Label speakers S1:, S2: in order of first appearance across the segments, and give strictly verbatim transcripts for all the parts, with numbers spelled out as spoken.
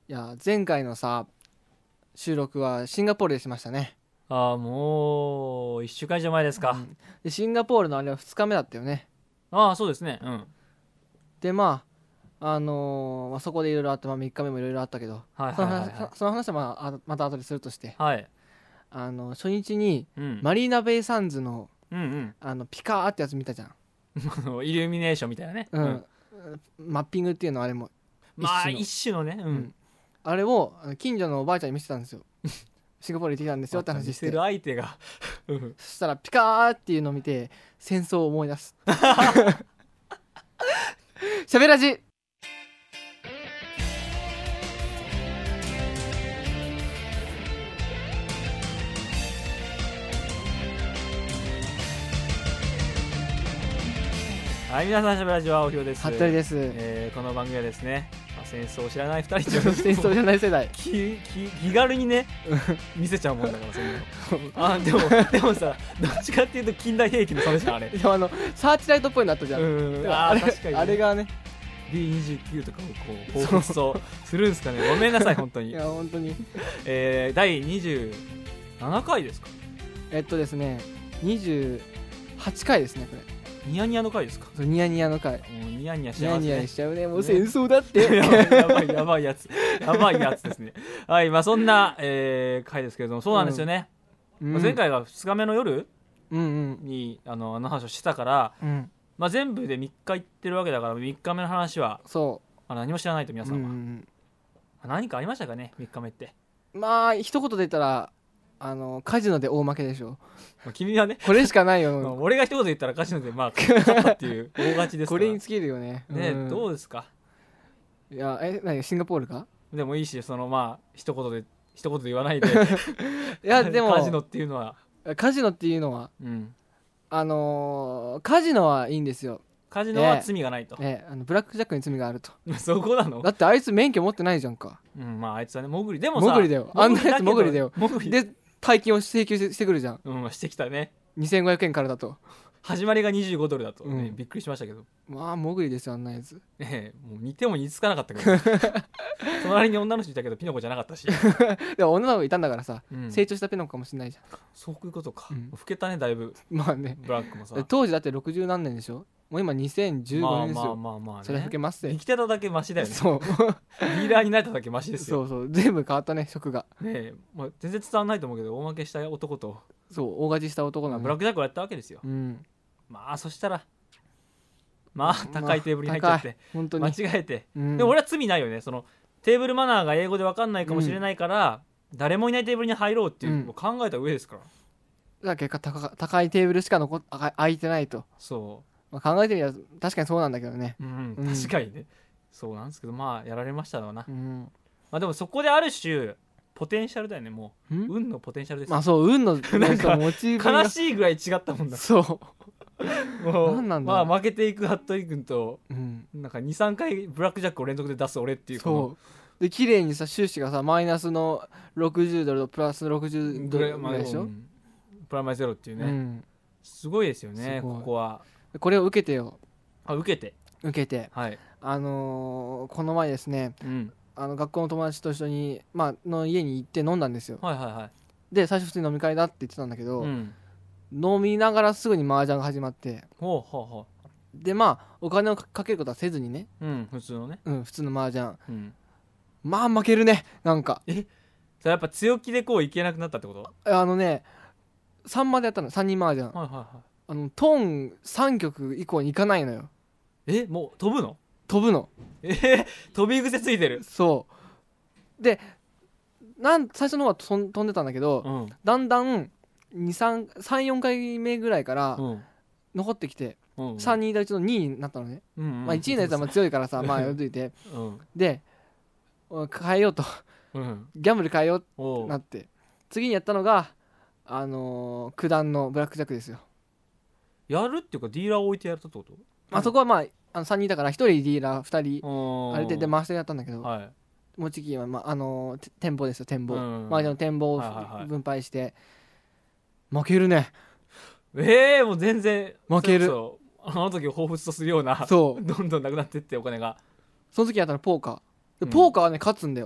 S1: いや前回のさ収録はシンガポールでしましたね。
S2: ああ、もういっしゅうかん以上前ですか。
S1: うん、でシンガポールのあれはふつかめだったよね。
S2: ああ、そうですね。うん。
S1: でまああのーまあ、そこでいろいろあって、まあ、みっかめもいろいろあったけど、
S2: はい
S1: その話
S2: はいはいはい。
S1: その話はまああまた後でするとして、
S2: はい。
S1: あの初日に
S2: うん。
S1: マリーナベイサンズの
S2: うん
S1: あのピカーってやつ見たじゃん。
S2: うん。イルミネーションみたいなね。
S1: うん、
S2: うん。
S1: マッピングっていうのはあれも一
S2: まあ、
S1: 種の、
S2: 一種のね。う
S1: うん、
S2: ん。
S1: あれをあの近所のおばあちゃんに見せてたんですよ。シンガポール行ってきたんですよって話して、
S2: 見せる相手が。うん。
S1: そしたらピカーっていうのを見て戦争を思い出す。しゃべらじ。
S2: はい、皆さん、しゃべらじはおひろです。
S1: 服部です。
S2: えーこの番組はですね、まあ、戦争を知らないふたりで
S1: 戦争じゃない世代。
S2: 気気気軽にね見せちゃうもんだから、そんなの。あでもでもさ、どっちかっていうと近代兵器の差でしょあれ。
S1: でもあのサーチライトっぽいのあったじゃん。
S2: うん。
S1: だからあれ
S2: あー確かにね、
S1: あれがね、
S2: ビーにじゅうきゅう とかをこう彷彿とするんですかね。ごめんなさい本当に。
S1: いや本当に
S2: えー、だいにじゅうななかいですか。
S1: えっとですねにじゅうはちかいですねこれ。
S2: ニヤニヤの回ですか。
S1: そうニヤニヤの回。
S2: もうニヤニヤし
S1: ニヤニヤ
S2: てますね。
S1: しちゃうね。もう
S2: ね
S1: 戦争だって
S2: やばいやばいやばいやつやばいやつですね。はい、まあそんな、えー、回ですけれども、そうなんですよね。
S1: うん
S2: まあ、前回がふつかめの夜
S1: うんうん
S2: にあのあの話をしてたから、
S1: うん
S2: まあ、全部でみっか行ってるわけだから、みっかめの話は
S1: そ
S2: あの何も知らないと皆
S1: う、
S2: さんは、
S1: うん
S2: 何かありましたかねみっかめって。
S1: うん、まあ一言で言ったらあのカジノで大負けでしょ。
S2: まあ、君はね、
S1: これしかない
S2: まあ
S1: よ。
S2: 俺が一言言ったらカジノでまあ勝ったっていう大勝ちですから。
S1: これに尽きるよね。
S2: ね、
S1: うん、
S2: どうですか。
S1: いやえ何シンガポールか。
S2: でもいいし、そのまあ一言で一言で言わないで
S1: いやでも
S2: カジノっていうのは、
S1: カジノっていうのは
S2: うん、
S1: あのーカジノはいいんですよ。
S2: カジノは罪がないと、
S1: ええ、あのブラックジャックに罪があると。
S2: そこなの。
S1: だってあいつ免許持ってないじゃんか。
S2: うん、まああいつはね、潜りでもさ、
S1: 潜りだよ。あんなやつ潜りだよ。
S2: 潜り
S1: で大金を請求してくるじゃん。
S2: うん、してきたね。
S1: にせんごひゃくえんからだと。
S2: 始まりがにじゅうごドルだと、ね、
S1: うん
S2: びっくりしましたけど、
S1: まあ潜りですよあんなやつ。
S2: ね、もう似ても似つかなかったけど隣に女の人いたけどピノコじゃなかったし、
S1: でも女の子いたんだからさ、
S2: うん、
S1: 成長したピノコかもしれないじゃ
S2: そういうことか、
S1: うん
S2: 老けたねだいぶ。
S1: ん。まあね。
S2: ブラックもさ、
S1: 当時だってろくじゅう何年でしょ。もう今にせんじゅうごねんですよ。
S2: まあまあまあまあ、ね、
S1: それは老けます
S2: 生
S1: ね。
S2: きてただけマシだよね。
S1: そう
S2: リーダーになれただけマシですよ。
S1: そうそう全部変わったね職が。
S2: ねえ、まあ、全然伝わらないと思うけど、大負けした男と、
S1: そう大勝ちした男
S2: まあ、
S1: なの、
S2: ブラックジャックをやったわけですよ。
S1: うん
S2: まあそしたらまあ高いテーブルに入っちゃって、
S1: 本当に
S2: 間違えて、
S1: うん、
S2: でも俺は罪ないよね。そのテーブルマナーが英語で分かんないかもしれないから、うん、誰もいないテーブルに入ろうっていう、うん、もう考えた上ですから。
S1: だから結果 高, 高いテーブルしか残っ空いてないと。
S2: そう、
S1: まあ、考えてみれば確かにそうなんだけどね、
S2: うん
S1: うん、
S2: 確かにねそうなんですけど、まあやられましたろうな、
S1: うん、
S2: まあ、でもそこである種ポテンシャルだよね。もう運のポテンシャルです。
S1: まあそう運の
S2: なんか
S1: モチーフが
S2: 悲しいぐらい違ったもんだ。
S1: そう
S2: もう
S1: なんなんだ
S2: まあ負けていく服部君と、
S1: うん、
S2: なんか にさんかいブラックジャックを連続で出す俺っていう。
S1: そうで綺麗にさ収支がさマイナスのろくじゅうドルとプラスろくじゅうドルぐらいでしょ、うん、
S2: プラマイゼロっていうね、
S1: うん、
S2: すごいですよね。ここは
S1: これを受けてよ。
S2: あ受けて
S1: 受けて、
S2: はい、
S1: あのー、この前ですね、
S2: うん、
S1: あの学校の友達と一緒に、まあの家に行って飲んだんですよ。
S2: はいはいはい。
S1: で最初普通に飲み会だって言ってたんだけど、
S2: うん、
S1: 飲みながらすぐに麻雀が始まって、
S2: ほうほうほう。
S1: でまあお金をかけることはせずにね、
S2: うん、普通のね、
S1: うん、普通の麻雀、
S2: うん、
S1: まあ負けるね。なんか
S2: えそれやっぱ強気でこういけなくなったってこと。
S1: あのねさんまでやったのさんにん麻雀、
S2: はいはいはい。
S1: あのトーンさん局以降に行かないのよ。
S2: えもう飛ぶの。
S1: 飛ぶの。
S2: えー、飛び癖ついてる。
S1: そうでなん最初の方は飛ん飛んでたんだけど、
S2: うん、
S1: だんだんさんよんかいめぐらいから残ってきて、うんうん、さんにんいたうちのにいになったのね、うんうん、まあ、いちいのやつはまあ強いからさまあよといて、うん、で変えようと、うん、ギャンブル変えようってなって次にやったのがあのー、九段のブラックジャックですよ。
S2: やるっていうかディーラーを置いてやったってこと。
S1: まあ、そこはまああのさんにんだからひとりディーラーふたりあれでで回してやったんだけど、はい、持ち金は、まああのー、展望ですよ展望、マージャンの展望を分配して、はいはいはい、負けるね。
S2: えー、もう全然
S1: 負ける。
S2: そうあの時を彷彿とするような
S1: そう
S2: どんどんなくなってってお金が。
S1: その時やったのポーカーで、うん、ポーカーはね勝つんだよ。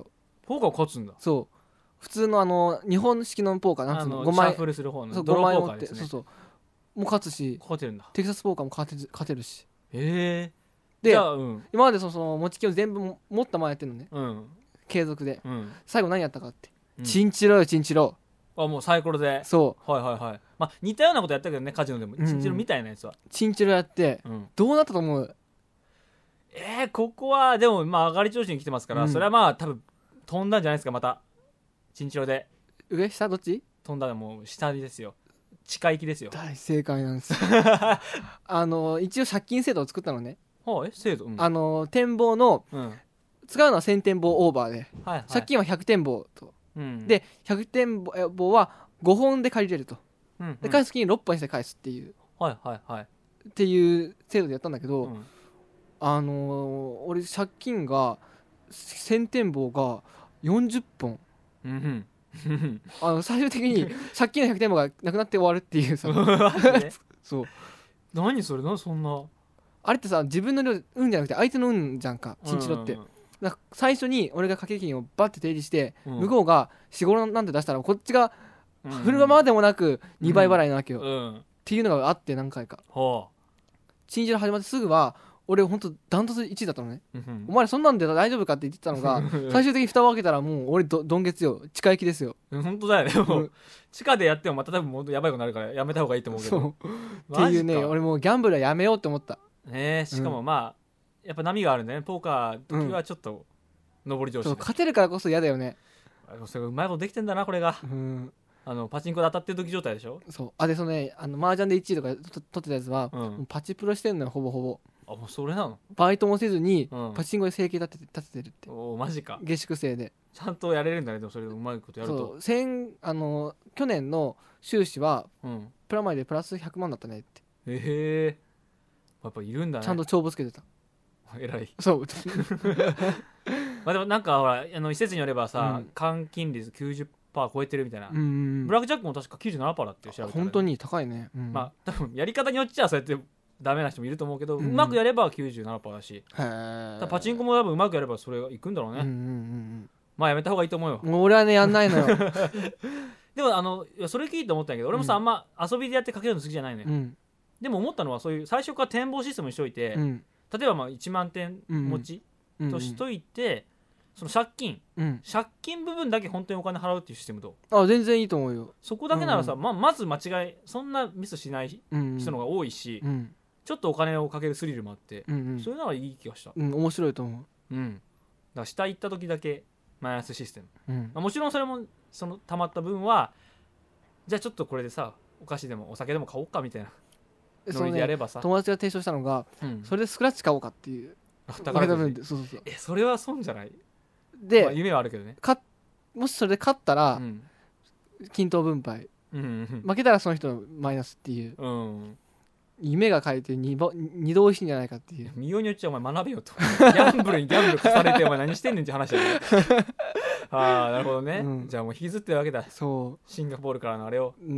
S2: ポーカー勝つんだ。
S1: そう普通のあの日本式のポーカーなんつうのごまい
S2: シャッフルする方の
S1: そう
S2: ドローポ
S1: ごまい持って、
S2: ーカーですね。
S1: そうそうもう勝つし
S2: 勝てるんだ。
S1: テキサスポーカーも勝て勝てるし
S2: へえ。
S1: で
S2: じゃあ、うん、
S1: 今までそのその持ち金を全部持ったままやってるのね、
S2: うん、
S1: 継続で、
S2: うん、
S1: 最後何やったかって、
S2: うん、
S1: チンチロよチンチロ。
S2: あ、もうサイコロで。
S1: そう
S2: はいはいはい。まあ似たようなことやったけどね、カジノでも、
S1: うんうん
S2: チンチロみたいなやつは。
S1: チンチロやって、
S2: うん、
S1: どうなったと思う？
S2: えー、ここはでもまあ上がり調子に来てますから、うん、それはまあ多分飛んだんじゃないですか。またチンチロで
S1: 上下どっち？
S2: 飛んだらもう下ですよ。地下行きですよ。
S1: 大正解なんですあの一応借金制度を作ったのね。
S2: はあ、え制度、うん、
S1: あの展望の、うん、使うのはせんてんぼうオーバーで、はいはい、借金はひゃくてんぼうと、うん、でひゃくてんぼうはごほんで借りれると、うんうん、で返す時にろっぽんにして返すっていう、
S2: はいはいはい、
S1: っていう制度でやったんだけど、うん、あのー、俺借金がせんてんぼうがよんじゅっぽん、うんあの最終的に借金のひゃくてんぼうがなくなって終わるっていうさそう
S2: 何それなそんな
S1: あれってさ自分の運じゃなくて相手の運じゃんかチンチロって、うんうんうん、だから最初に俺が掛け金をバッて提示して、うん、向こうがよん、ごなんて出したらこっちが振るまでもなくにばい払いなわけよ、うんうん、っていうのがあって何回か、うん、チンチロ始まってすぐは俺ほんとダントツいちいだったのね、うん、お前らそんなんで大丈夫かって言ってたのが最終的に蓋を開けたらもう俺どどん月よ地下行きですよ。
S2: 本当だよね、もう地下でやってもまた多分もうやばいことになるからやめた方がいいと思うけど
S1: そうっていうね俺もうギャンブルはやめようって思った。
S2: ね、しかもまあ、うん、やっぱ波があるねポーカー時はちょっと上り調子で、
S1: うん、勝てるからこそ嫌だよね。
S2: それうまいことできてんだなこれが、うん、あのパチンコで当たってる時状態でしょ。
S1: そうあでそのねあの麻雀でいちいとか取ってたやつは、うん、パチプロしてんのよほぼほぼ。
S2: あもうそれなの。バ
S1: イトもせずに、うん、パチンコで生計立てて立ててるって。
S2: おマジか。
S1: 下宿生で
S2: ちゃんとやれるんだね。でもそれでうまいことやると
S1: そう先あの去年の収支は、うん、プラマイでプラスひゃくまんだったねって。
S2: へえやっぱいるんだね。
S1: ちゃんと帳簿つけてた。
S2: 偉い。
S1: そう
S2: まあでもなんかほらあの一説によればさ、うん、換金率 きゅうじゅっパーセント 超えてるみたいな、うんうん、ブラックジャックも確か きゅうじゅうななパーセント だって調べたら、
S1: 本当に高いね、うん、
S2: まあ多分やり方によっちゃそうやってダメな人もいると思うけど、うん、うまくやれば きゅうじゅうななパーセント だし、パチンコも多分うまくやればそれがいくんだろうね、うんうんうん、まあやめた方がいいと思うよ。
S1: もう俺はねやんないのよ
S2: でもあのそれ聞いて思ったんやけど俺もさ、うん、あんま遊びでやってかけるの好きじゃないのよ、うん、でも思ったのはそういう最初から展望システムにしといて、うん、例えばまあいちまんてん持ちとしといて、その借金、うん、借金部分だけ本当にお金払うっていうシステムと
S1: あ全然いいと思うよ。
S2: そこだけならさ、うんま、まず間違いそんなミスしない人の方が多いし、うん、ちょっとお金をかけるスリルもあって、うんうん、それならいい気がした、
S1: うん、面白いと思う、うん、
S2: だから下行った時だけマイナスシステム、うんまあ、もちろんそれもその溜まった分はじゃあちょっとこれでさお菓子でもお酒でも買おうかみたいなノリでやればさ、
S1: ね、友達が提唱したのが、うん、それでスクラッチ買おうかっていう
S2: 宝くじそうそうそうえそれは損じゃないで、まあ、夢はあるけどね。か
S1: もしそれで勝ったら、うん、均等分配、うんうんうん、負けたらその人のマイナスっていう、うん、夢が書いて 2, 2度おいしいんじゃないかっていう。
S2: 見ようによっちゃお前学べよとギャンブルにギャンブル重ねてお前何してんねんって話だよああなるほどね、うん、じゃあもう引きずってるわけだ。そうシンガポールからのあれを、
S1: うん、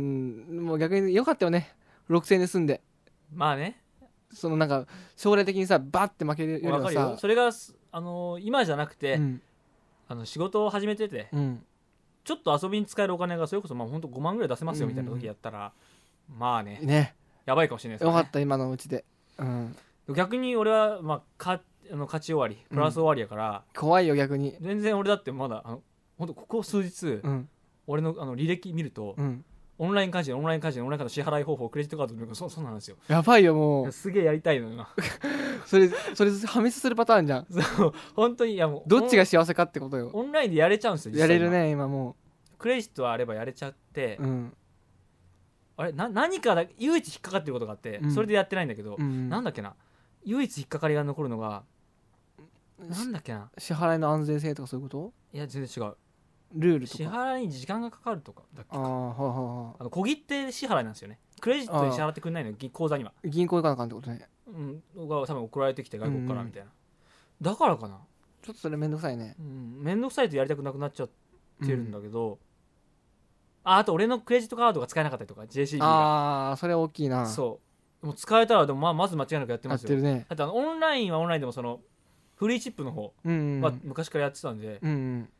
S1: もう逆に良かったよねろくせんえんで済んで。
S2: まあね
S1: そのなんか将来的にさバッて負けるよりはさ
S2: 分かるよそれが、あのー、今じゃなくて、うんあの仕事を始めてて、うん、ちょっと遊びに使えるお金がそれこそまあ本当ごまんぐらい出せますよみたいな時やったら、うんうん、まあねねやばいかもしれないですね。
S1: よかった今のうちで、うん、
S2: 逆に俺は、まあ、かあの勝ち終わりプラス終わりやから、
S1: うん、怖いよ逆に。
S2: 全然俺だってまだあの本当ここ数日、うん、俺のあの履歴見ると、うん、オンラインカジノオンラインカジノオンラインカジノ支払い方法クレジットカードで そ, そうなんですよ。
S1: やばいよもう
S2: すげえやりたいのよ
S1: それそれ破滅するパターンじゃん。
S2: そう本当にいやもう
S1: どっちが幸せかってことよ。
S2: オンラインでやれちゃうんですよ。
S1: やれるね今も
S2: うクレジットはあればやれちゃって、うん、あれな何かだ唯一引っかかってることがあって、うん、それでやってないんだけど、うん、なんだっけな唯一引っかかりが残るのがなんだっけな
S1: 支払いの安全性とかそういうこと。
S2: いや全然違う
S1: ルールとか
S2: 支払いに時間がかかるとかだっけか。あ
S1: はは
S2: あの小切手支払いなんですよね。クレジットで支払ってくれないの口座には
S1: 銀行行かなあかんってことね。
S2: うんが多分送られてきて外国からみたいな、うん、だからかな
S1: ちょっとそれめんどくさいね、
S2: うん、めんどくさいとやりたくなくなっちゃってるんだけど、うん、あ, あと俺のクレジットカードが使えなかったりとか ジェーシービー が
S1: ああそれ大きいな。
S2: そうもう使えたらでも ま, まず間違いなくやってますよ。
S1: やってるね。
S2: だってあのオンラインはオンラインでもそのフリーチップの方は昔からやってたんで、うんうん、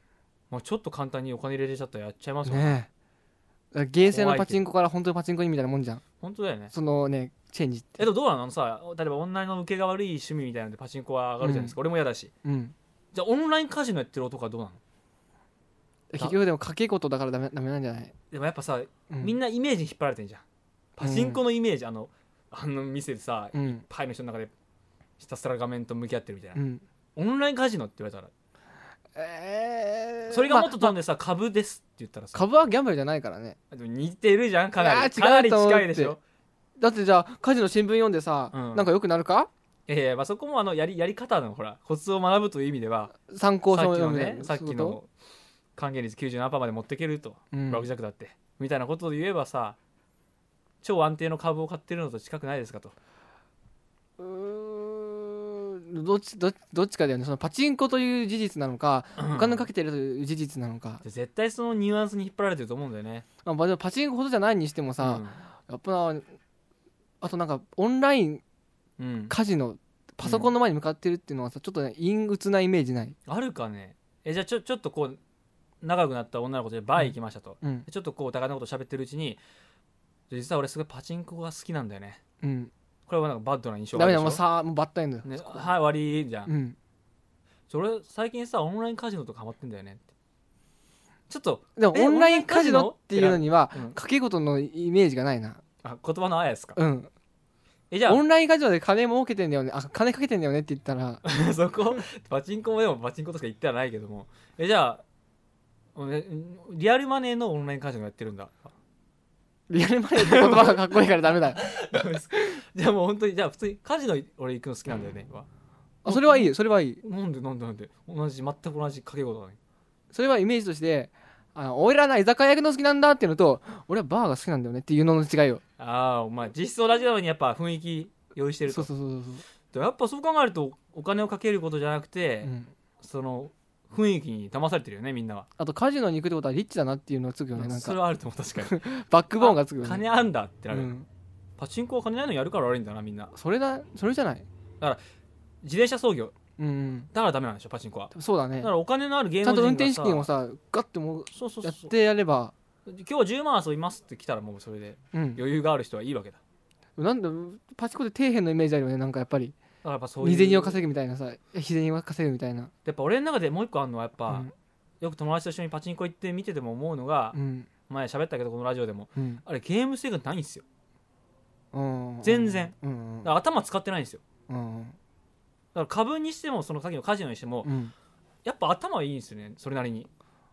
S2: まあ、ちょっと簡単にお金入れちゃったらやっちゃいますもん
S1: ね。ゲーセンのパチンコから本当にパチンコにみたいなもんじゃん。
S2: 本当だよね。
S1: そのねチェンジって。
S2: えっとどうなのさ、例えば女の受けが悪い趣味みたいなのでパチンコは上がるじゃないですか、うん、俺も嫌だし、うん、じゃあオンラインカジノやってる男はどうなの？
S1: 結局でも賭け事だからダメ、ダメなんじゃない？
S2: でもやっぱさ、うん、みんなイメージに引っ張られてんじゃん。パチンコのイメージ、うん、あのあの店でさ、うん、いっぱいの人の中でひたすら画面と向き合ってるみたいな、うん、オンラインカジノって言われたら、えー、それがもっと飛んでさ、ま、株ですって言ったらさ、
S1: 株はギャンブルじゃないからね。
S2: でも似てるじゃん、かなりかなり近いでしょ。
S1: だってじゃあカジノ新聞読んでさ、うん、なんか良くなるか？
S2: いやいや、まあ、そこもあのやりやり方のほらコツを学ぶという意味では
S1: 参考書を
S2: 読むね。さっきの還元率 きゅうじゅうななパーセント まで持っていけると、うん、ブラックジャックだってみたいなことで言えばさ、超安定の株を買ってるのと近くないですかと。
S1: うーどっち、どっち、どっちかだよね。そのパチンコという事実なのか、うん、お金かけてるという事実なのか。
S2: 絶対そのニュアンスに引っ張られてると思うんだよね。
S1: まあ、パチンコほどじゃないにしてもさ、うん、やっぱあとなんかオンラインカジノ、うん、パソコンの前に向かってるっていうのはさ、ちょっとね陰鬱なイメージない？
S2: あるかね。えじゃあちょちょっとこう仲良くなった女の子でバー行きましたと、うん、ちょっとこうお互いのこと喋ってるうちに、実は俺すごいパチンコが好きなんだよね、うん、これはなんかバッドな印象があるでしょ。
S1: ダメだ、もうさもうバッタインだよ、
S2: ね、はい終わりじゃん、うん、それ最近さオンラインカジノとかハマってんだよねって。ちょっと
S1: でもオンラインカジノっていうのには賭け事のイメージがないな。
S2: あ、言葉のあやですか。
S1: うん。えじゃあオンラインカジノで金儲けてんだよね、あ金かけてんだよねって言ったら
S2: そこパチンコもでもパチンコとしか言ってはないけども、えじゃあリアルマネーのオンラインカジノやってるんだ。
S1: リアルマネーって言葉がかっこいいからダメだよ
S2: じゃあもう本当にじゃあ普通にカジノ俺行くの好きなんだよね、うん、
S1: あそれはいいよ、それはいい。
S2: なんでなんでなんで同じ全く同じ賭け事なのに。
S1: それはイメージとしてあの俺らな居酒屋行くの好きなんだっていうのと俺はバーが好きなんだよねっていうのの違いよ。
S2: ああお前実質同じなのにやっぱ雰囲気用意してると。
S1: そうそうそうそう。
S2: やっぱそう考えるとお金をかけることじゃなくて、うん、その雰囲気に騙されてるよねみんなは。
S1: あとカジノに行くってことはリッチだなっていうのがつくよね。なんか
S2: それはあると思う確かに
S1: バックボーンがつくよね。
S2: 金あんだってなる、うん、パチンコは金ないのやるから悪いんだなみんな。
S1: それだそれじゃない。
S2: だから自転車操業、うん、だからダメなんでしょパチンコは。
S1: そうだね。だ
S2: からお金のある芸能人がさ
S1: ちゃんと運転資金をさガッてもうやってやれば、
S2: 今日はじゅうまん遊びますって来たらもうそれで余裕がある人はいいわけだ、
S1: うん、なんだパチンコで底辺のイメージあるよね。なんかやっぱりだからやっぱそういう日銭を稼ぐみたいなさ、日銭を稼ぐみたいな。
S2: やっぱ俺の中でもう一個あるのはやっぱ、うん、よく友達と一緒にパチンコ行って見てても思うのが、うん、前喋ったけどこのラジオでも、うん、あれゲーム性がないんですよ、うん、全然、うん、だから頭使ってないんですよ、うん、だから株にしてもそのさっきのカジノにしても、うん、やっぱ頭いいんですよね。それなりに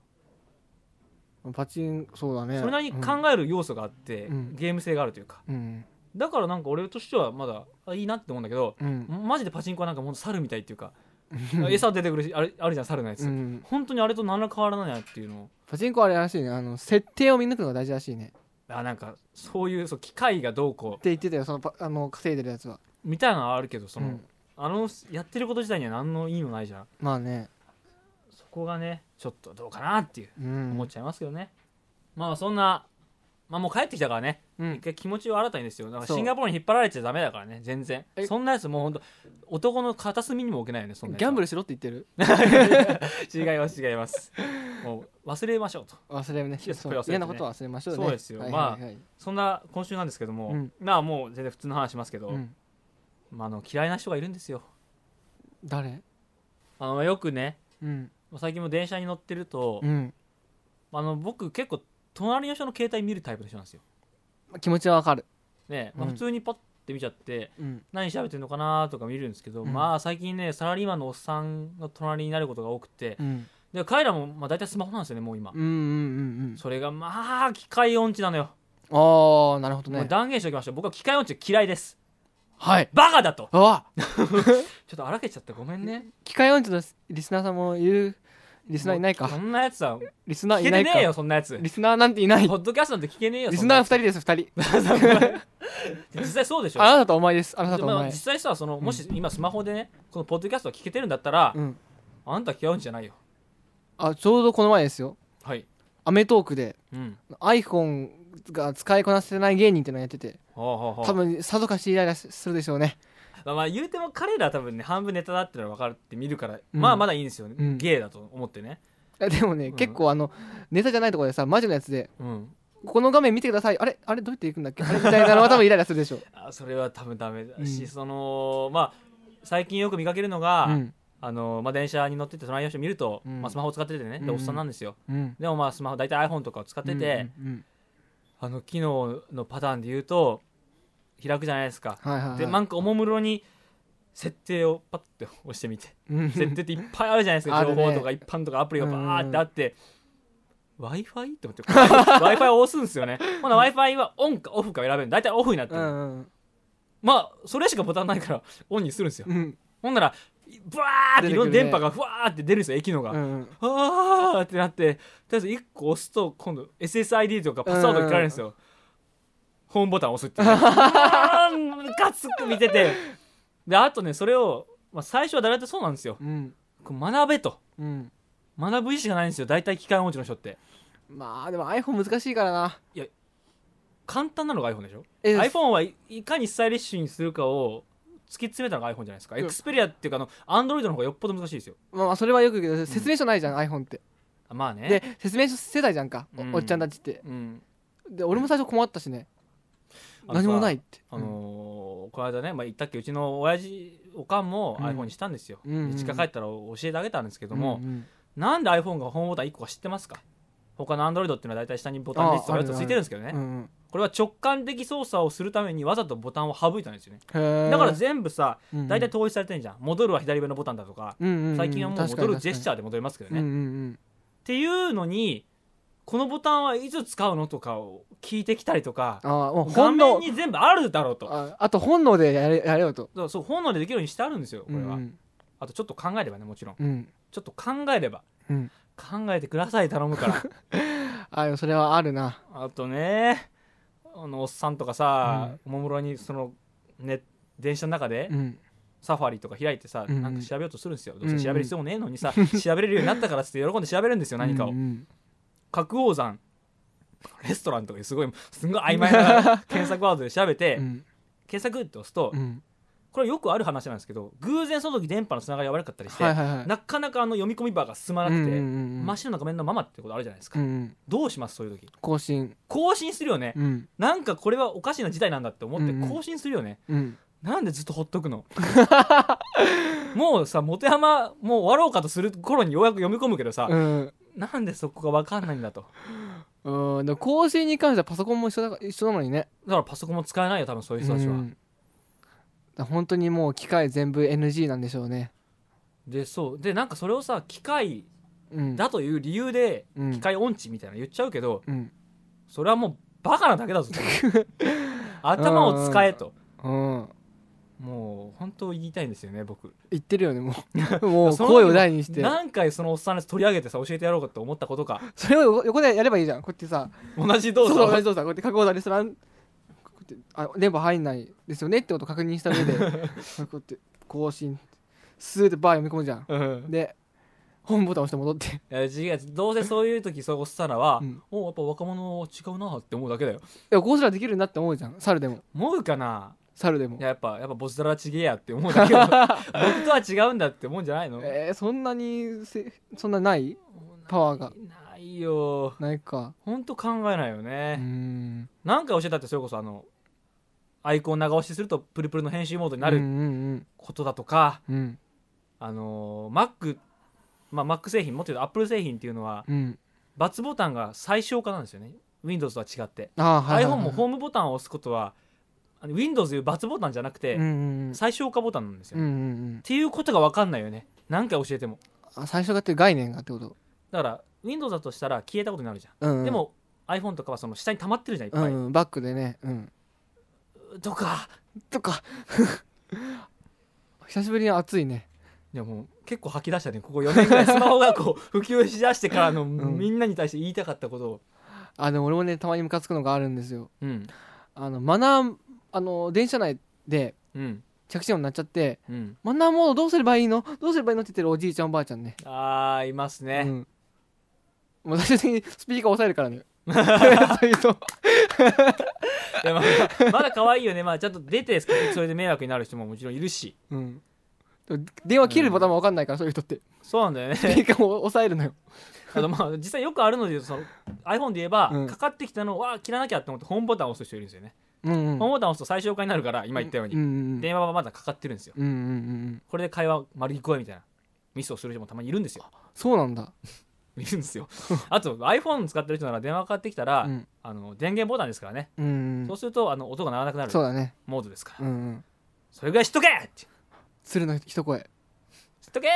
S1: パチンそうだね。
S2: それなりに考える要素があって、うん、ゲーム性があるというか、うん、だからなんか俺としてはまだいいなって思うんだけど、うん、マジでパチンコはなんかもう猿みたいっていうか餌出てくるしあれあるじゃん猿のやつ、うん、本当にあれと何ら変わらないなっていうのを。
S1: パチンコあれらしいね、あの設定を見抜くのが大事らしいね。
S2: あなんかそういうそう機械がどうこう
S1: って言ってたよ、そのあの稼いでるやつは。
S2: みたいなのはあるけどその、うん、あのやってること自体には何の意味もないじゃん。
S1: まあね、
S2: そこがねちょっとどうかなっていう、うん、思っちゃいますけどね。まあそんな、まあもう帰ってきたからね、うん、一回気持ちを新たにですよ。なんかシンガポールに引っ張られちゃダメだからね、全然。そんなやつもうほんと男の片隅にも置けないよね。そんなやつ
S1: ギャンブルしろって言ってる
S2: 違います違います。もう忘れましょうと。
S1: 忘れるね。嫌なことは忘れましょうね。
S2: そうですよ、はいはいはい、まあそんな今週なんですけども、うん、まあもう全然普通の話しますけど、うん、まあ、あの嫌いな人がいるんですよ。
S1: 誰？
S2: あのよくね、うん、最近も電車に乗ってると、うん、あの僕結構隣の人の携帯見るタイプの人なんですよ。
S1: 気持ちはわかる
S2: ね、まあ、普通にパッて見ちゃって、うん、何喋ってるのかなとか見るんですけど、うん、まあ最近ねサラリーマンのおっさんの隣になることが多くて、うん、で彼らもまあ大体スマホなんですよねもう今、うんうんうんうん、それがまあ機械音痴なのよ。
S1: ああなるほどね。
S2: もう断言しておきましょう、僕は機械音痴嫌いです。
S1: はい、
S2: バカだと。
S1: あ
S2: ちょっと荒けちゃったごめんね。
S1: 機械音痴のリスナーさんもいる。リスナーいないか。
S2: そんなやつは
S1: リスナーいないか。
S2: 聞けねえよそんなやつ。
S1: リスナーなんていない。
S2: ポッドキャストなんて聞けねえよ。
S1: リスナーふたりですふたり
S2: 実際そうでしょ。
S1: あなたとお前です。あなたとお前、
S2: まあ、実際さその、うん、もし今スマホでねこのポッドキャストが聞けてるんだったら、うん、あんた嫌うんじゃないよ。
S1: あちょうどこの前ですよ。
S2: はい。
S1: アメトークで、うん、iPhone が使いこなせない芸人っていうのをやってて、はあはあ、多分さぞかしイライラするでしょうね。
S2: まあ言うても彼らは多分ね半分ネタだってのは分かるって見るから、うん、まあまだいいんですよね、うん、ゲイだと思ってね。
S1: でもね、うん、結構あのネタじゃないところでさマジのやつで、うん、この画面見てください、あれあれどうやっていくんだっけあれみたいなのは多分イライラするでしょ
S2: あそれは多分ダメだし、うん、そのまあ最近よく見かけるのが、うんあのまあ、電車に乗ってて隣の人見ると、うんまあ、スマホ使っててね、うん、でおっさんなんですよ、うん、でもまあスマホ大体 iPhone とかを使ってて、うんうんうん、あの機能のパターンで言うと開くじゃないですか、はいはいはい、でなんかおもむろに設定をパッて押してみて設定っていっぱいあるじゃないですか情報とか一般とかアプリがバーってあって、うん、Wi-Fi? って思って Wi-Fi を押すんですよねほな Wi-Fi はオンかオフか選べる大体オフになってる、うんうん、まあそれしかボタンないからオンにするんですよ、うん、ほんならブワーっていろんな電波がふわーって出るんですよ駅のが、うん、あーってなってとりあえずいっこ押すと今度 エスエスアイディー とかパスワードが切られるんですよ、うん、ホームボタンを押すっていう、ね、ガツッと見ててであとねそれを、まあ、最初は誰だってそうなんですよ、うん、学べと、うん、学ぶ意思がないんですよ大体機械音痴の人って。
S1: まあでも iPhone 難しいからな。
S2: いや簡単なのが iPhone でしょ。 iPhone はいかにスタイリッシュにするかを突き詰めたのが iPhone じゃないですか、うん、エクスペリアっていうかあの Android の方がよっぽど難しいですよ。
S1: まあそれはよく言うけど説明書ないじゃん、うん、iPhone って。
S2: まあね
S1: で説明書世代じゃんか、うん、おっちゃんたちって、うん、で俺も最初困ったしね、何もないって。
S2: あのー、この間ね、まあ、言ったっけうちの親父おかんも iPhone にしたんですよ、うん、実家帰ったら教えてあげたんですけども、うんうん、なんで iPhone がホームボタンいっこか知ってますか。他の Android っていうのは大体下にボタンリストがついてるんですけどね、うんうん、これは直感的操作をするためにわざとボタンを省いたんですよね。だから全部さ、うんうん、大体統一されてんじゃん。戻るは左上のボタンだとか、うんうんうん、最近はもう戻るジェスチャーで戻りますけどね、うんうんうん、っていうのにこのボタンはいつ使うのとかを聞いてきたりとか、あ画面に全部あるだろうと。
S1: あ, あと本能でやれ、やれよと。
S2: そう本能でできるようにしてあるんですよこれは、うんうん、あとちょっと考えればねもちろん、うん、ちょっと考えれば、うん、考えてください頼むから
S1: あそれはあるな。
S2: あとねあのおっさんとかさ、うん、おもむろにその、ね、電車の中で、うん、サファリとか開いてさ、うん、なんか調べようとするんですよ、どうせ調べる必要もねえのにさ、うん、調べれるようになったからっつって喜んで調べるんですよ何かを、うん、角王山レストランとかすごいすごい曖昧な検索ワードで調べて、うん、検索って押すと、うん、これよくある話なんですけど偶然その時電波のつながりが悪かったりして、はいはいはい、なかなかあの読み込みバーが進まなくて、うんうんうん、真っ白な画面のままってことあるじゃないですか、うんうん、どうしますそういう時。
S1: 更新
S2: 更新するよね、うん、なんかこれはおかしな事態なんだって思って更新するよね、うんうん、なんでずっとほっとくのもうさ元山もう終わろうかとする頃にようやく読み込むけどさ、うん、なんでそこが分かんないんだと。
S1: うんでも更新に関してはパソコンも一緒だ一緒なのにね。
S2: だからパソコンも使えないよ多分そういう人たちは、うん、
S1: だ本当にもう機械全部 エヌジー なんでしょうね。
S2: でそうでなんかそれをさ機械だという理由で機械音痴みたいな言っちゃうけど、うん、それはもうバカなだけだぞ頭を使えと、うん、もう本当言いたいんですよね僕。
S1: 言ってるよねもうもう声を大にして
S2: 何回そのおっさんのやつ取り上げてさ教えてやろうかと思ったことか。
S1: それを横でやればいいじゃん。こうやってさ
S2: 同じ動作
S1: そう同じ動作こうやって角田レストランあ電波入んないですよねってことを確認した上でこうやって更新スーッてバー読み込むじゃん、うん、でホームボタン押して戻って。
S2: いや違うどうせそういう時そういうおっさんらは、うん、おやっぱ若者違うなって思うだけだよ。
S1: いやこうすらできるんだって思うじゃん猿でも。
S2: 思うかな
S1: 猿でも。
S2: いややっぱやっぱボスダラちげえやって思うだけど僕とは違うんだって思うんじゃないの。
S1: えー、そんなにせそんなないパワーが
S2: ないよ。
S1: ないか
S2: ほんと考えないよね。うーんなんか教えたってそれこそあのアイコン長押しするとプルプルの編集モードになることだとか、うんうんうん、あの Mac、まあ、Mac 製品もっと言うと Apple 製品っていうのは、うん、×ボタンが最小化なんですよね Windows とは違って。あ、はいはいはい、iPhone もホームボタンを押すことはWindows でいう×ボタンじゃなくて、うんうんうん、最小化ボタンなんですよ、うんうんうん、っていうことが分かんないよね何回教えても。
S1: あ最小化っていう概念がってこと。
S2: だから Windows だとしたら消えたことになるじゃん、うんうん、でも iPhone とかはその下に溜まってるじゃんいっぱい、うんうん、
S1: バックでね、うん、
S2: とか
S1: とか久しぶりに暑いね。
S2: いやもう結構吐き出したねここよねんぐらいスマホがこう普及しだしてからの、うん、みんなに対して言いたかったことを。
S1: あでも俺もねたまにムカつくのがあるんですよ、うん、あのマナーあの電車内で着信音になっちゃって、うん、マナーモードどうすればいいのどうすればいいのって言ってるおじいちゃんおばあちゃんね。
S2: あーいますね、うん、
S1: もう最終的にスピーカー押さえるからねそういう人
S2: いやまあまだ可愛いよね、まあ、ちゃんと出てそれで迷惑になる人ももちろんいるし、うん、
S1: 電話切るボタンも分かんないから、うん、そういう人って
S2: そうなんだよね。
S1: 電話を抑えるのよ。
S2: あとまあ実際よくあるので言うと、その iPhone で言えば、うん、かかってきたのをわ切らなきゃって思ってホームボタンを押す人いるんですよね、うんうん、ホームボタンを押すと最小化になるから、今言ったように、うんうんうん、電話はまだかかってるんですよ、うんうんうん、これで会話丸聞こえみたいなミスをする人もたまにいるんですよ。
S1: そうなんだ
S2: いるんですよ。あと iPhone 使ってる人なら電話かかってきたら、うん、あの電源ボタンですからね、うんうん、そうするとあの音が鳴らなくなるモードですから、うんうん、それぐらいしとけって
S1: 鶴の一声
S2: しとけ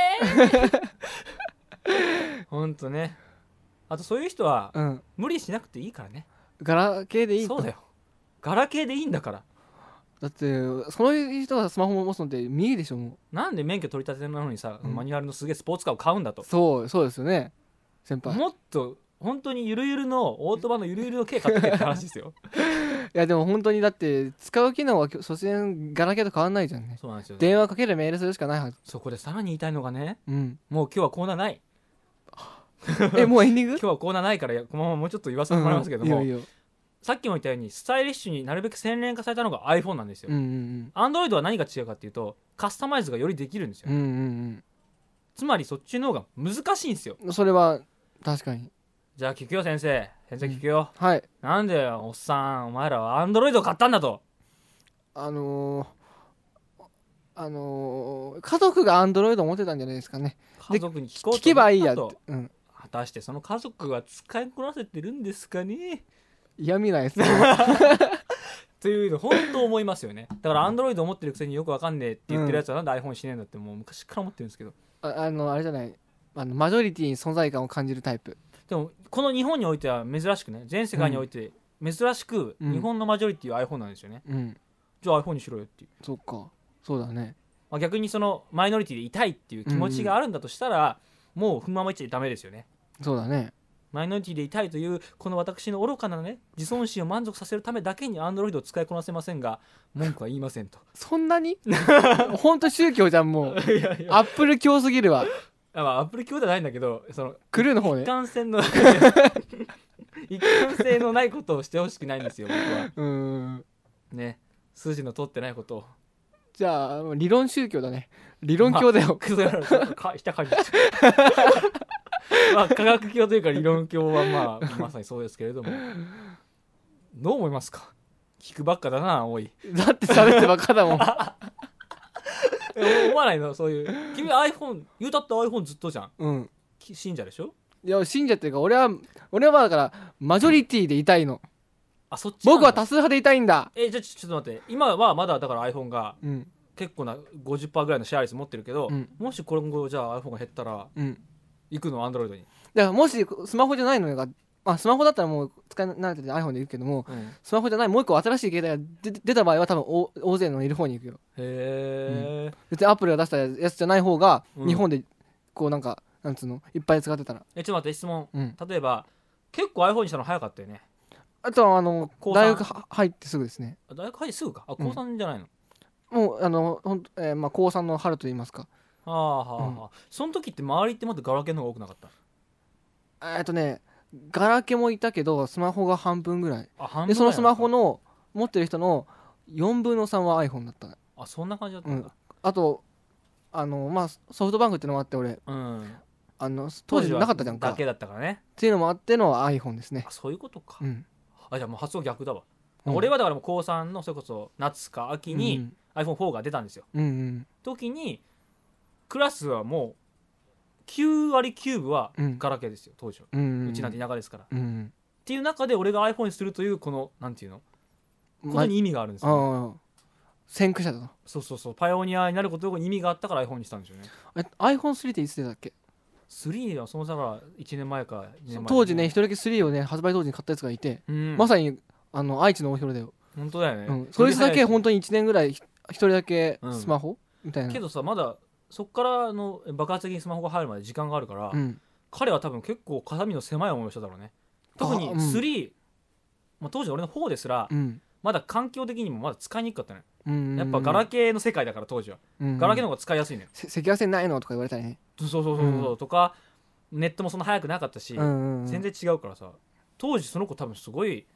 S2: ーほんとね。あとそういう人は、うん、無理しなくていいからね。
S1: ガラケーでいい。
S2: そうだよ、ガラケーでいいんだから。
S1: だってその人がスマホも持つのって見えでしょ。も
S2: うなんで免許取り立てなのにさ、うん、マニュアルのすげえスポーツカーを買うんだと。
S1: そうそうですよね先輩。
S2: もっと本当にゆるゆるのオートバのゆるゆるの軽買ってけって話ですよ。
S1: いやでも本当にだって使う機能は所詮ガラケーと変わんないじゃんね。
S2: そうなんですよ、ね、
S1: 電話かけるメールするしかないはず。
S2: そこでさらに言いたいのがね、うん、もう今日はコーナーない
S1: えもうエンディング
S2: 今日はコーナーないからこのままもうちょっと言わせてもらいますけども、うん、いいよいいよ。さっきも言ったようにスタイリッシュになるべく洗練化されたのが iPhone なんですよ、うんうんうん、Android は何が違うかっていうとカスタマイズがよりできるんですよ、うんうんうん、つまりそっちの方が難しいんですよ。
S1: それは確かに。
S2: じゃあ聞くよ先生先生聞くよ、
S1: うん、はい。
S2: なんでおっさんお前らは Android を買ったんだと。
S1: あのー、あのー、家族が Android を持ってたんじゃないですかね。
S2: 家族に聞こうと
S1: 聞けばいいやって、うん、
S2: 果たしてその家族は使いこなせてるんですかね。
S1: 嫌味ないですね
S2: というの本当思いますよね。だから Android を持ってるくせによくわかんねえって言ってるやつはなんで iPhone しねえんだってもう昔から思ってるんですけど、
S1: あ, あのあれじゃない、あのマジョリティに存在感を感じるタイプ。
S2: でもこの日本においては珍しくね、全世界において珍しく日本のマジョリティは iPhone なんですよね、うん、じゃあ iPhone にしろよっていう。
S1: そっかそうだね、
S2: まあ、逆にそのマイノリティでいたいっていう気持ちがあるんだとしたら、うんうん、もう踏ままいっちゃダメですよね。
S1: そうだね。
S2: マイノリティでいたいというこの私の愚かなね自尊心を満足させるためだけに Android を使いこなせませんが文句は言いませんと。
S1: そんなにほんと宗教じゃんもう。いやいやアップル教すぎるわ。
S2: あ、まあ、アップル教ではないんだけどその
S1: クルーの方ね、
S2: 一貫性の一貫性のないことをしてほしくないんですよ僕は。うーんね、筋の通ってないことを。
S1: じゃあ理論宗教だね。理論教だよ、
S2: まあ、ひたかりまあ科学教というか理論教はまあまさにそうですけれどもどう思いますか。聞くばっかだなおい。
S1: だって喋ってばっかだもん
S2: 思わないのそういう。君 iPhone 言うたって iPhone ずっとじゃん、うん、信者でしょ。
S1: いや信者っていうか俺は俺はだからマジョリティでいたいの。
S2: あそっち。
S1: 僕は多数派でいたいんだ。
S2: えじゃあちょっと待って、今はまだだから iPhone が結構な ごじゅっパーセント ぐらいのシェア率持ってるけど、うん、もし今後じゃあ iPhone が減ったら、うん、行くの Android に。だ
S1: からもしスマホじゃないのが、まあ、スマホだったらもう使い慣れてて iPhone で行くけども、うん、スマホじゃないもう一個新しい携帯が出た場合は多分大勢のいる方に行くよ。へえ、うん、別にアプリが出したやつじゃない方が日本でこうなんかなんつうのいっぱい使ってたら。
S2: えちょっと待って質問、うん、例えば結構 iPhone にしたの早かったよね。
S1: あとはあの大学入ってすぐですね。
S2: 大学入ってすぐか。あ高さんじゃないの、
S1: うん、もうあのほん、えーまあ、高さんの春と言いますか。
S2: はあはあはあ、うん、その時って周りってまだガラケーの方が多くなかった。
S1: えっとねガラケーもいたけどスマホが半分ぐらい。あ半分でそのスマホの持ってる人のよんぶんのさんは iPhone だった。
S2: あそんな感じだったんだ、うん、
S1: あとあの、まあ、ソフトバンクってのもあって俺、うん、あの当時なかったじゃんか。
S2: だけだったからね
S1: っていうのもあっての iPhone ですね。
S2: あそういうことか、うん、あじゃあもう発想逆だわ、うん、俺はだからもう高さんのそれこそ夏か秋に アイフォンフォー が出たんですよ、うんうん、時にクラスはもうきゅうわりきゅうぶはガラケーですよ当時は、うんうんうん、うちなんて田舎ですから、うんうん、っていう中で俺が iPhone にするというこのなんていうのここに意味があるんですよ、ね、ま
S1: 先駆者だ。
S2: そうそうそうパイオニアになることに意味があったから iPhone にしたんですよね。
S1: え アイフォンスリー っていつ出たっけ。
S2: スリーはその差がいちねんまえかにねんまえ、ね、
S1: 当時ね一人だけスリーをね発売当時に買ったやつがいて、うん、まさにあの愛知の大広だよ。
S2: 本当だよね、うん、
S1: そいつだけ本当にいちねんぐらい一人だけスマホ、うん、みたいな。
S2: けどさまだそっからの爆発的にスマホが入るまで時間があるから、うん、彼は多分結構肩身の狭い思いをしただろうね。特にスリー、うんまあ、当時俺のフォーですら、うん、まだ環境的にもまだ使いにくかったね、うんうんうん、やっぱガラケーの世界だから当時は、うんうん、ガラケーの方が使いやすいね。
S1: 赤外線ないのとか言われたりね。
S2: そうそうそうそう、うん、とかネットもそんな早くなかったし、うんうんうん、全然違うからさ当時その子多分すごい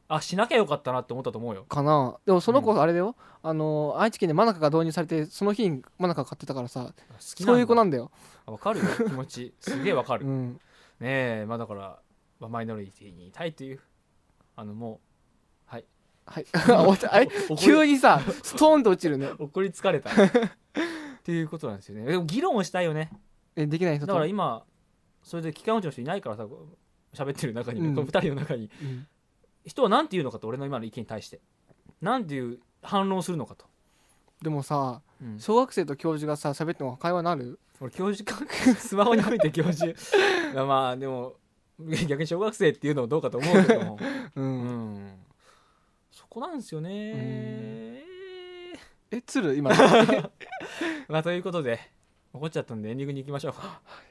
S2: あしなきゃよかったなって思ったと思うよ
S1: かな。でもその子あれだよ、うん、あの愛知県でマナカが導入されてその日にマナカ買ってたからさ、そういう子なんだよ。
S2: わかるよ気持ちすげえわかる、
S1: うん、
S2: ねえまあだから、まあ、マイノリティにいたいというあのもうはい
S1: はいあれ急にさストーンと落ちるね
S2: 怒り疲れたっていうことなんですよね。でも議論をしたいよね。
S1: えできない人
S2: だから今それで機関音痴の人いないからさ喋ってる中に、ね、うん、このふたりの中に、うん、人は何て言うのかと俺の今の意見に対して何ていう反論するのかと。
S1: でもさ、うん、小学生と教授がさ喋っても会話になる？
S2: 俺教授かスマホに置いて教授まあでも逆に小学生っていうのもどうかと思うけども、うんうん、そこなんですよね。
S1: えつる今
S2: まあということで怒っちゃったんでエンディングに行きましょう。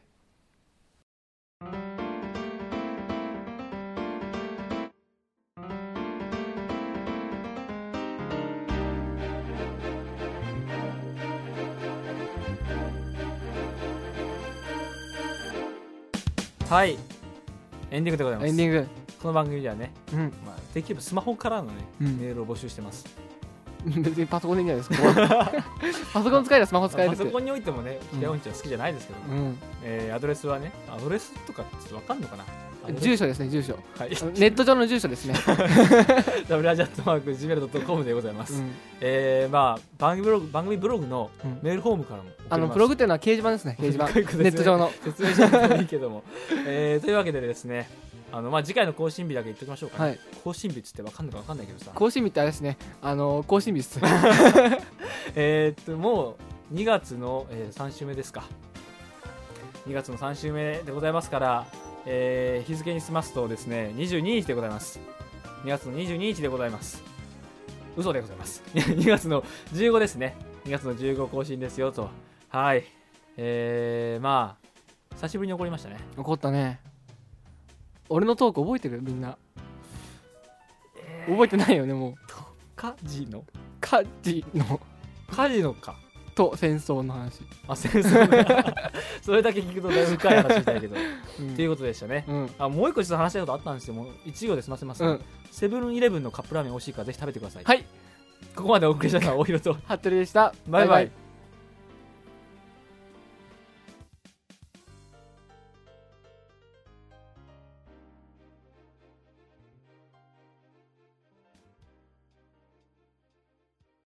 S2: はいエンディングでございます。
S1: エンディング。
S2: この番組ではね、
S1: うん
S2: まあ、できればスマホからのね、うん、メールを募集してます。
S1: 別にパソコンでいいんじゃないですかパソコン使えばスマホ使えるって。
S2: パソコンにおいてもね機械音痴は好きじゃないですけど、うん、えー、アドレスはねアドレスとかちょっと分かんのかな。
S1: 住所ですね住所、
S2: はい、
S1: ネット上の住所ですね
S2: ダブルアジャットマーク ジーメールドットコム でございます、うん、えー、まあ番組ブログ番組ブログのメールフォームからも、うん、
S1: あのブログっていうのは掲示板ですね掲示板ネット上の
S2: 説明しなくてもいいけども、えー、というわけでですねあのまあ次回の更新日だけ言っておきましょうかね、はい、更新日っつって分かんないか分かんないけどさ
S1: 更新日ってあれですねあの更新日っす
S2: えっともうにがつの、えー、さん週目ですかにがつのさん週目でございますからえー、日付にしますとですねにじゅうににちでございます。にがつのにじゅうににちでございます。嘘でございますにがつのじゅうごですね。にがつのじゅうご更新ですよと。はい、えー、まあ久しぶりに怒りましたね。
S1: 怒ったね。俺のトーク覚えてるみんな、えー、覚えてないよねもう。
S2: カジノ
S1: カジノ
S2: カジノか
S1: と戦争の話。
S2: あ戦争ねそれだけ聞くとだいぶ深い話みたいけど、うん、っていうことでしたね、うん、あもう一個ちょっと話したいことあったんですよ。もう一行で済ませます、ね、うん、セブンイレブンのカップラーメン美味しいからぜひ食べてください。
S1: はい、
S2: ここまでお送りしたのは大広と
S1: 服部でした。
S2: バイバイ。